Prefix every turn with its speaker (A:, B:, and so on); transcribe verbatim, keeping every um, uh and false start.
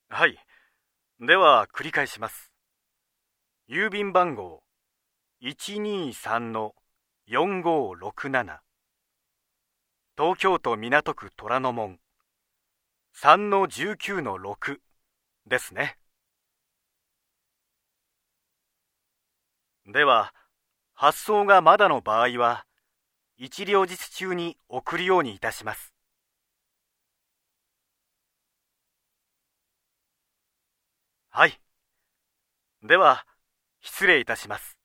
A: はい。では繰り返します。郵便番号いちにさんのよんごろくなな、東京都港区虎ノ門さんのじゅうきゅうのろくですね。では発送がまだの場合はいち両日中に送るようにいたします。はい。では失礼いたします。